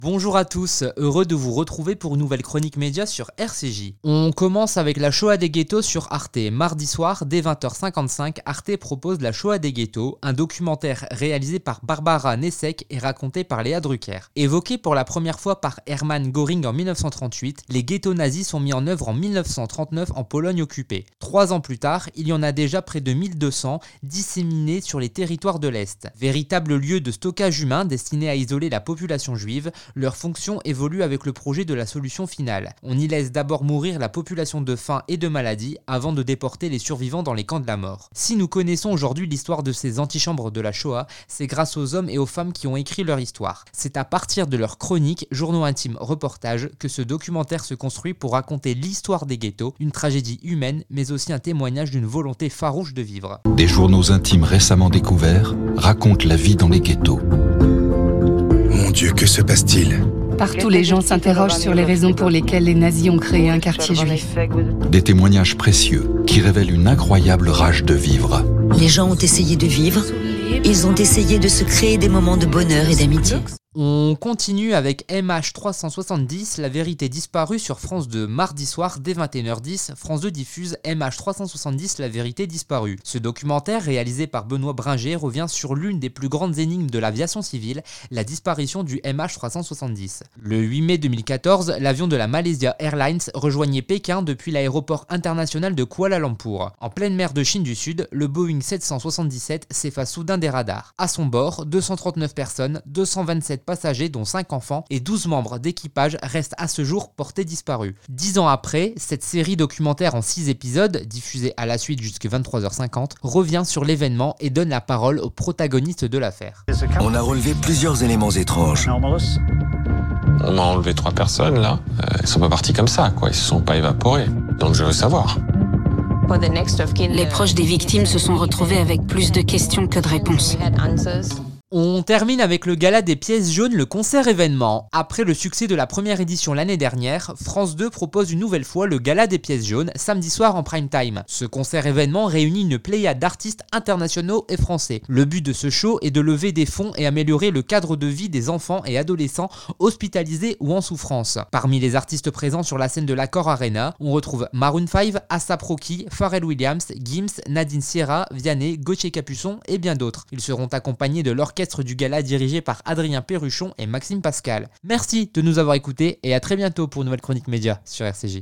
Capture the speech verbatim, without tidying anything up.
Bonjour à tous, heureux de vous retrouver pour une nouvelle chronique média sur R C J. On commence avec la Shoah des ghettos sur Arte. Mardi soir, dès vingt heures cinquante-cinq, Arte propose la Shoah des ghettos, un documentaire réalisé par Barbara Nessek et raconté par Léa Drucker. Évoqué pour la première fois par Hermann Göring en mille neuf cent trente-huit, les ghettos nazis sont mis en œuvre en mille neuf cent trente-neuf en Pologne occupée. Trois ans plus tard, il y en a déjà près de mille deux cents disséminés sur les territoires de l'Est. Véritable lieu de stockage humain destiné à isoler la population juive, leur fonction évolue avec le projet de la solution finale. On y laisse d'abord mourir la population de faim et de maladie avant de déporter les survivants dans les camps de la mort. Si nous connaissons aujourd'hui l'histoire de ces antichambres de la Shoah, c'est grâce aux hommes et aux femmes qui ont écrit leur histoire. C'est à partir de leurs chroniques, journaux intimes, reportages que ce documentaire se construit pour raconter l'histoire des ghettos, une tragédie humaine mais aussi un témoignage d'une volonté farouche de vivre. Des journaux intimes récemment découverts racontent la vie dans les ghettos. Mon Dieu, que se passe-t-il ? Partout, les gens s'interrogent sur les raisons pour lesquelles les nazis ont créé un quartier juif. Des témoignages précieux qui révèlent une incroyable rage de vivre. Les gens ont essayé de vivre, ils ont essayé de se créer des moments de bonheur et d'amitié. On continue avec M H trois cent soixante-dix, la vérité disparue sur France deux. Mardi soir, dès vingt et une heures dix, France deux diffuse M H trois cent soixante-dix, la vérité disparue. Ce documentaire, réalisé par Benoît Bringer, revient sur l'une des plus grandes énigmes de l'aviation civile, la disparition du M H trois cent soixante-dix. Le huit mai deux mille quatorze, l'avion de la Malaysia Airlines rejoignait Pékin depuis l'aéroport international de Kuala Lumpur. En pleine mer de Chine du Sud, le Boeing sept cent soixante-dix-sept s'efface soudain des radars. À son bord, deux cent trente-neuf personnes, deux cent vingt-sept passagers dont cinq enfants et douze membres d'équipage restent à ce jour portés disparus. Dix ans après, cette série documentaire en six épisodes, diffusée à la suite jusqu'à vingt-trois heures cinquante, revient sur l'événement et donne la parole aux protagonistes de l'affaire. On a relevé plusieurs éléments étranges. On a enlevé trois personnes là, euh, ils sont pas partis comme ça, quoi. Ils se sont pas évaporés. Donc je veux savoir. Les proches des victimes se sont retrouvés avec plus de questions que de réponses. On termine avec le gala des pièces jaunes, le concert événement. Après le succès de la première édition l'année dernière, France deux propose une nouvelle fois le gala des pièces jaunes, samedi soir en prime time. Ce concert événement réunit une pléiade d'artistes internationaux et français. Le but de ce show est de lever des fonds et améliorer le cadre de vie des enfants et adolescents hospitalisés ou en souffrance. Parmi les artistes présents sur la scène de l'Accor Arena, on retrouve Maroon cinq, A$ap Rocky, Pharrell Williams, Gims, Nadine Sierra, Vianney, Gauthier Capuçon et bien d'autres. Ils seront accompagnés de l'orchestre du gala dirigé par Adrien Perruchon et Maxime Pascal. Merci de nous avoir écoutés et à très bientôt pour une nouvelle chronique média sur R C J.